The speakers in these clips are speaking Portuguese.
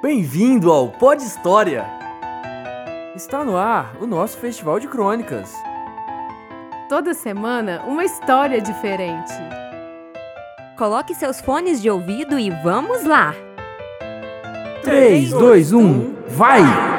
Bem-vindo ao Pod História! Está no ar o nosso festival de crônicas. Toda semana, uma história diferente. Coloque seus fones de ouvido e vamos lá! 3, 2, 1, vai!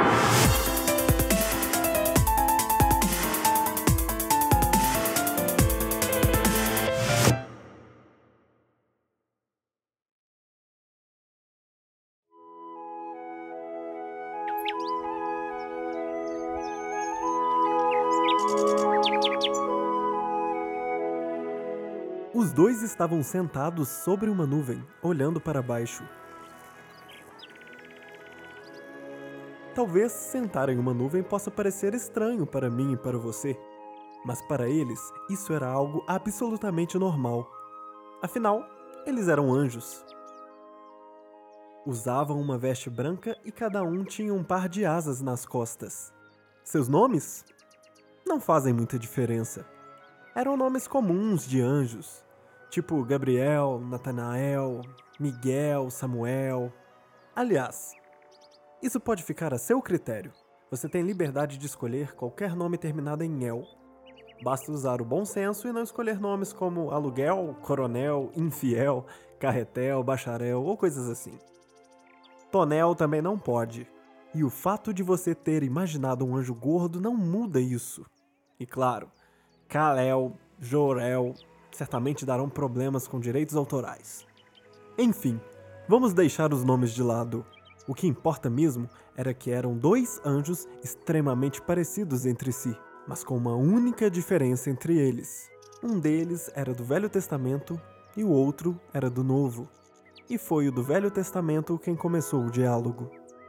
Os dois estavam sentados sobre uma nuvem, olhando para baixo. Talvez sentar em uma nuvem possa parecer estranho para mim e para você, mas para eles isso era algo absolutamente normal. Afinal, eles eram anjos. Usavam uma veste branca e cada um tinha um par de asas nas costas. Seus nomes? Não fazem muita diferença. Eram nomes comuns de anjos, tipo Gabriel, Natanael, Miguel, Samuel. Aliás, isso pode ficar a seu critério. Você tem liberdade de escolher qualquer nome terminado em El. Basta usar o bom senso e não escolher nomes como aluguel, coronel, infiel, carretel, bacharel ou coisas assim. Tonel também não pode. E o fato de você ter imaginado um anjo gordo não muda isso. E claro, Kalel, Jorel, certamente darão problemas com direitos autorais. Enfim, vamos deixar os nomes de lado. O que importa mesmo era que eram dois anjos extremamente parecidos entre si, mas com uma única diferença entre eles. Um deles era do Velho Testamento e o outro era do Novo. E foi o do Velho Testamento quem começou o diálogo.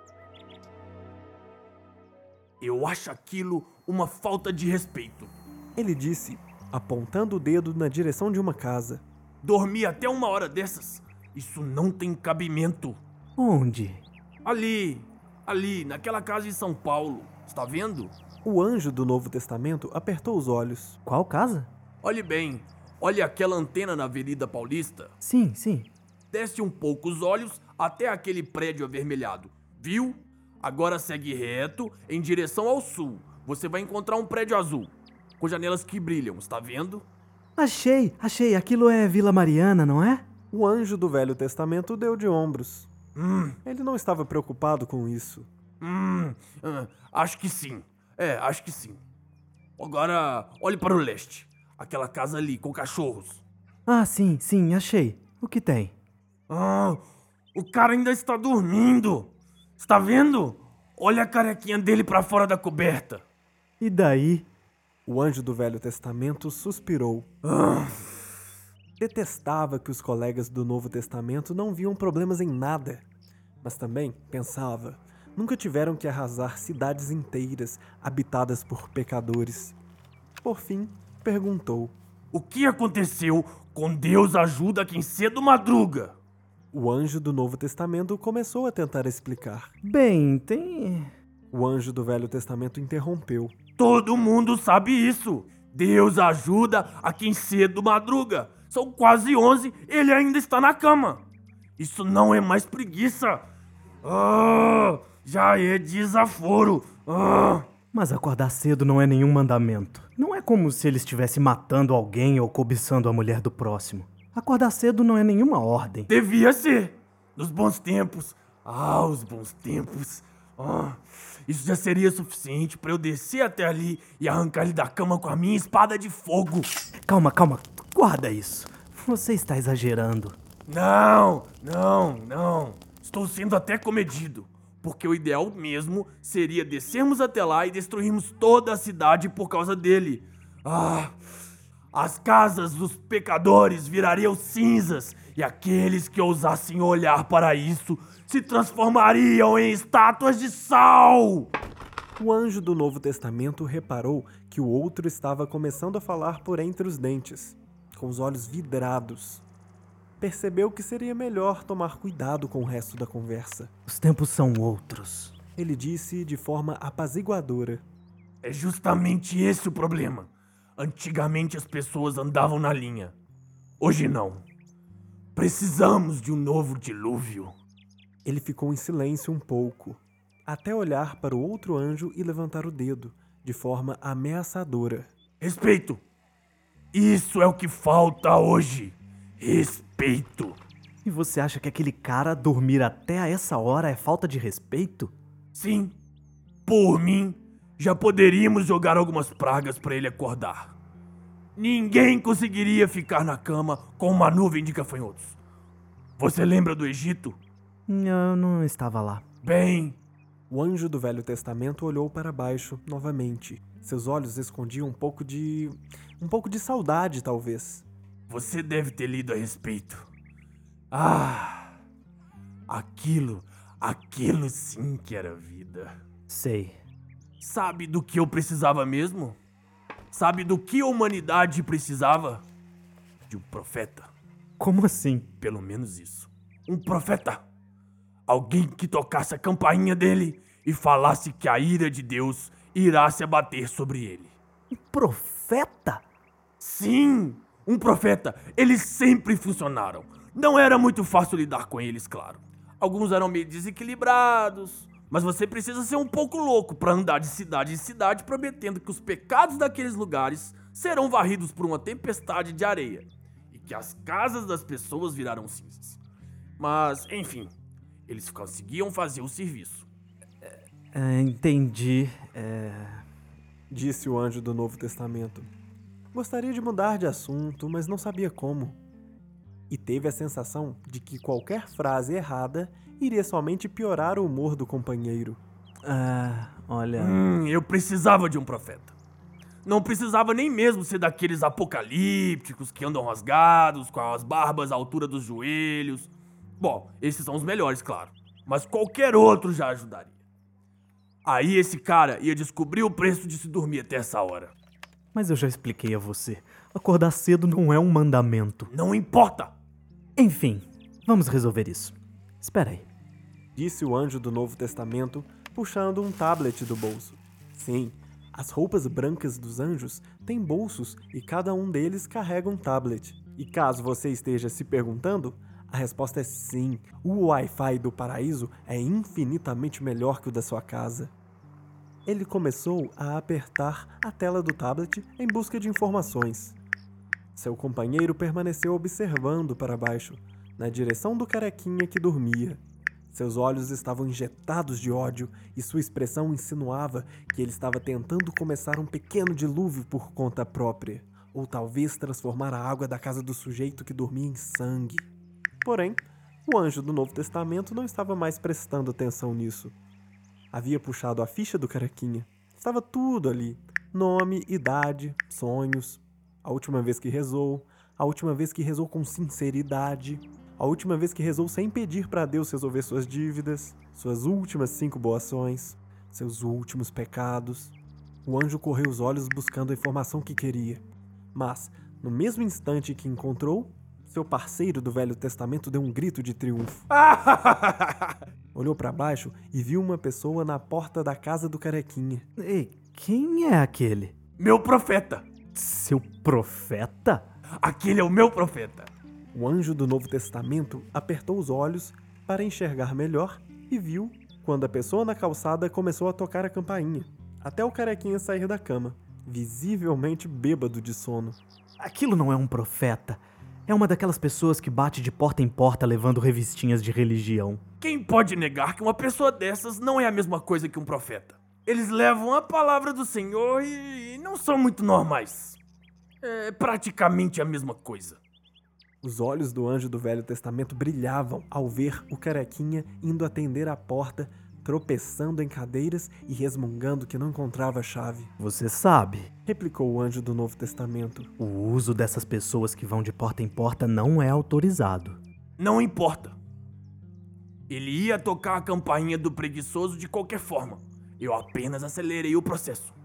Eu acho aquilo uma falta de respeito. Ele disse, apontando o dedo na direção de uma casa. Dormir até uma hora dessas? Isso não tem cabimento. Onde? Ali, naquela casa em São Paulo. Está vendo? O anjo do Novo Testamento apertou os olhos. Qual casa? Olhe bem, olhe aquela antena na Avenida Paulista. Sim. Desce um pouco os olhos até aquele prédio avermelhado. Viu? Agora segue reto em direção ao sul. Você vai encontrar um prédio azul, com janelas que brilham, está vendo? Achei. Aquilo é Vila Mariana, não é? O anjo do Velho Testamento deu de ombros. Ele não estava preocupado com isso. Acho que sim. Acho que sim. Agora, olhe para o leste. Aquela casa ali, com cachorros. Ah, sim, achei. O que tem? O cara ainda está dormindo. Está vendo? Olha a carequinha dele para fora da coberta. E daí? O anjo do Velho Testamento suspirou. Detestava que os colegas do Novo Testamento não viam problemas em nada. Mas também pensava, nunca tiveram que arrasar cidades inteiras habitadas por pecadores. Por fim, perguntou. O que aconteceu com Deus ajuda quem cedo madruga? O anjo do Novo Testamento começou a tentar explicar. Bem, tem... O anjo do Velho Testamento interrompeu. Todo mundo sabe isso. Deus ajuda a quem cedo madruga. São quase 11, ele ainda está na cama. Isso não é mais preguiça. Já é desaforo. Mas acordar cedo não é nenhum mandamento. Não é como se ele estivesse matando alguém ou cobiçando a mulher do próximo. Acordar cedo não é nenhuma ordem. Devia ser. Nos bons tempos. Os bons tempos. Isso já seria suficiente para eu descer até ali e arrancar ele da cama com a minha espada de fogo. Calma. Guarda isso. Você está exagerando. Não. Estou sendo até comedido. Porque o ideal mesmo seria descermos até lá e destruirmos toda a cidade por causa dele. As casas dos pecadores virariam cinzas e aqueles que ousassem olhar para isso se transformariam em estátuas de sal. O anjo do Novo Testamento reparou que o outro estava começando a falar por entre os dentes, com os olhos vidrados. Percebeu que seria melhor tomar cuidado com o resto da conversa. Os tempos são outros. Ele disse de forma apaziguadora. É justamente esse o problema. Antigamente as pessoas andavam na linha. Hoje não. Precisamos de um novo dilúvio. Ele ficou em silêncio um pouco, até olhar para o outro anjo e levantar o dedo, de forma ameaçadora. Respeito! Isso é o que falta hoje. Respeito! E você acha que aquele cara dormir até a essa hora é falta de respeito? Sim, por mim, já poderíamos jogar algumas pragas para ele acordar. Ninguém conseguiria ficar na cama com uma nuvem de gafanhotos. Você lembra do Egito? Eu não estava lá. Bem, O anjo do Velho Testamento olhou para baixo novamente. Seus olhos escondiam um pouco de saudade, talvez. você deve ter lido a respeito. Ah, aquilo sim que era vida. Sei. Sabe do que eu precisava mesmo? Sabe do que a humanidade precisava? De um profeta. Como assim? Pelo menos isso. Um profeta. Alguém que tocasse a campainha dele e falasse que a ira de Deus irá se abater sobre ele. Um profeta? Sim, um profeta. Eles sempre funcionaram. Não era muito fácil lidar com eles, claro. Alguns eram meio desequilibrados, mas você precisa ser um pouco louco para andar de cidade em cidade prometendo que os pecados daqueles lugares serão varridos por uma tempestade de areia e que as casas das pessoas virarão cinzas. Mas, enfim, eles conseguiam fazer o serviço. Entendi. Disse o anjo do Novo Testamento. Gostaria de mudar de assunto, mas não sabia como. E teve a sensação de que qualquer frase errada iria somente piorar o humor do companheiro. Olha... Eu precisava de um profeta. Não precisava nem mesmo ser daqueles apocalípticos que andam rasgados, com as barbas à altura dos joelhos. Bom, esses são os melhores, claro. Mas qualquer outro já ajudaria. Aí esse cara ia descobrir o preço de se dormir até essa hora. Mas eu já expliquei a você. Acordar cedo não é um mandamento. Não importa! Enfim, vamos resolver isso. Espera aí. Disse o anjo do Novo Testamento, puxando um tablet do bolso. Sim, as roupas brancas dos anjos têm bolsos e cada um deles carrega um tablet. E caso você esteja se perguntando, a resposta é sim. O Wi-Fi do paraíso é infinitamente melhor que o da sua casa. Ele começou a apertar a tela do tablet em busca de informações. Seu companheiro permaneceu observando para baixo, na direção do carequinha que dormia. Seus olhos estavam injetados de ódio e sua expressão insinuava que ele estava tentando começar um pequeno dilúvio por conta própria, ou talvez transformar a água da casa do sujeito que dormia em sangue. Porém, o anjo do Novo Testamento não estava mais prestando atenção nisso. Havia puxado a ficha do carequinha. Estava tudo ali. Nome, idade, sonhos. A última vez que rezou. A última vez que rezou com sinceridade. A última vez que rezou sem pedir para Deus resolver suas dívidas. Suas últimas 5 boações. Seus últimos pecados. O anjo correu os olhos buscando a informação que queria. Mas, no mesmo instante que encontrou, seu parceiro do Velho Testamento deu um grito de triunfo. Olhou para baixo e viu uma pessoa na porta da casa do carequinha. Ei, quem é aquele? Meu profeta! Seu profeta? Aquele é o meu profeta! O anjo do Novo Testamento apertou os olhos para enxergar melhor e viu quando a pessoa na calçada começou a tocar a campainha, até o carequinha sair da cama, visivelmente bêbado de sono. Aquilo não é um profeta. É uma daquelas pessoas que bate de porta em porta levando revistinhas de religião. Quem pode negar que uma pessoa dessas não é a mesma coisa que um profeta? Eles levam a palavra do Senhor e não são muito normais. É praticamente a mesma coisa. Os olhos do anjo do Velho Testamento brilhavam ao ver o carequinha indo atender a porta, tropeçando em cadeiras e resmungando que não encontrava a chave. Você sabe, Replicou o anjo do Novo Testamento. o uso dessas pessoas que vão de porta em porta não é autorizado. Não importa. Ele ia tocar a campainha do preguiçoso de qualquer forma. Eu apenas acelerei o processo.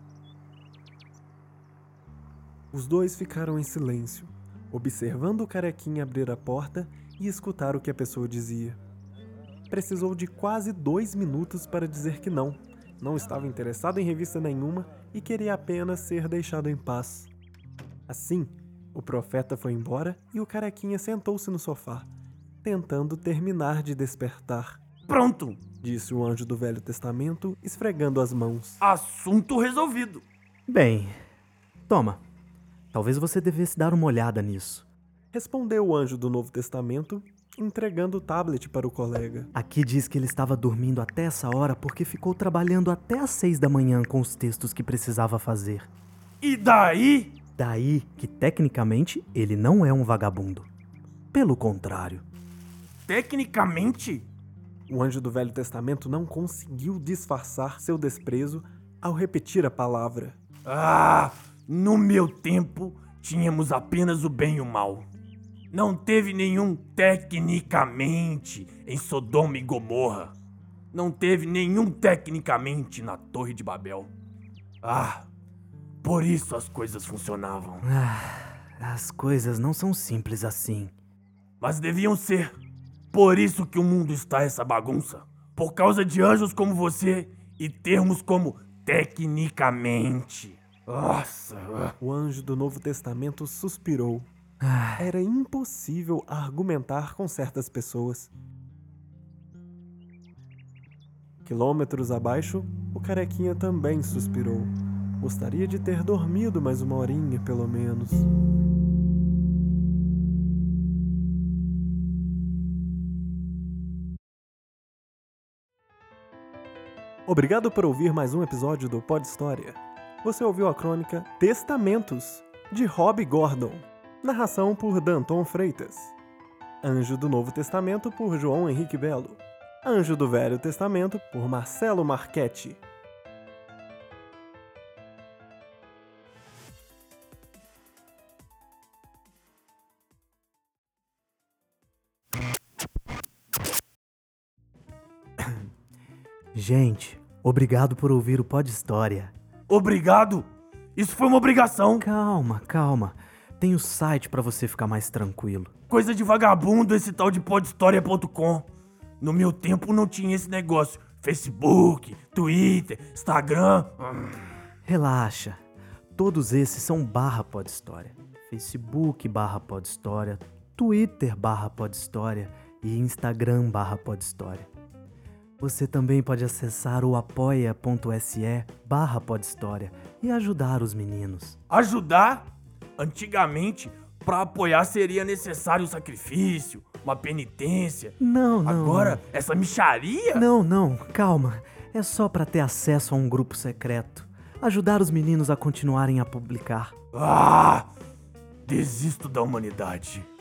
Os dois ficaram em silêncio, observando o carequinha abrir a porta e escutar o que a pessoa dizia. Precisou de quase 2 minutos para dizer que não estava interessado em revista nenhuma e queria apenas ser deixado em paz. Assim, o profeta foi embora e o carequinha sentou-se no sofá, tentando terminar de despertar. Pronto, disse o anjo do Velho Testamento, esfregando as mãos. assunto resolvido. Bem, toma. Talvez você devesse dar uma olhada nisso. Respondeu o anjo do Novo Testamento, entregando o tablet para o colega. Aqui diz que ele estava dormindo até essa hora porque ficou trabalhando até às 6 da manhã com os textos que precisava fazer. E daí? Daí que, tecnicamente, ele não é um vagabundo. Pelo contrário. Tecnicamente? O anjo do Velho Testamento não conseguiu disfarçar seu desprezo ao repetir a palavra. Ah, no meu tempo, tínhamos apenas o bem e o mal. Não teve nenhum tecnicamente em Sodoma e Gomorra. Não teve nenhum tecnicamente na Torre de Babel. Ah, por isso as coisas funcionavam. As coisas não são simples assim. Mas deviam ser. Por isso que o mundo está essa bagunça. Por causa de anjos como você e termos como tecnicamente. Nossa. O anjo do Novo Testamento suspirou. Era impossível argumentar com certas pessoas. Quilômetros abaixo, o carequinha também suspirou. Gostaria de ter dormido mais uma horinha, pelo menos. Obrigado por ouvir mais um episódio do Pod História. Você ouviu a crônica Testamentos, de Rob Gordon. Narração por Danton Freitas. Anjo do Novo Testamento, por João Henrique Belo. Anjo do Velho Testamento, por Marcelo Marchetti. Gente, obrigado por ouvir o Pod História. Obrigado! Isso foi uma obrigação! Calma. Tem o site pra você ficar mais tranquilo. Coisa de vagabundo esse tal de podhistoria.com. No meu tempo não tinha esse negócio. Facebook, Twitter, Instagram. Relaxa. Todos esses são /podhistória. Facebook /podhistória, Twitter /podhistória e Instagram /podhistória. Você também pode acessar o apoia.se /podhistória e ajudar os meninos. Ajudar? Antigamente, pra apoiar seria necessário um sacrifício, uma penitência. Não. Agora, essa mixaria? Não, calma. É só pra ter acesso a um grupo secreto. Ajudar os meninos a continuarem a publicar. Ah! Desisto da humanidade.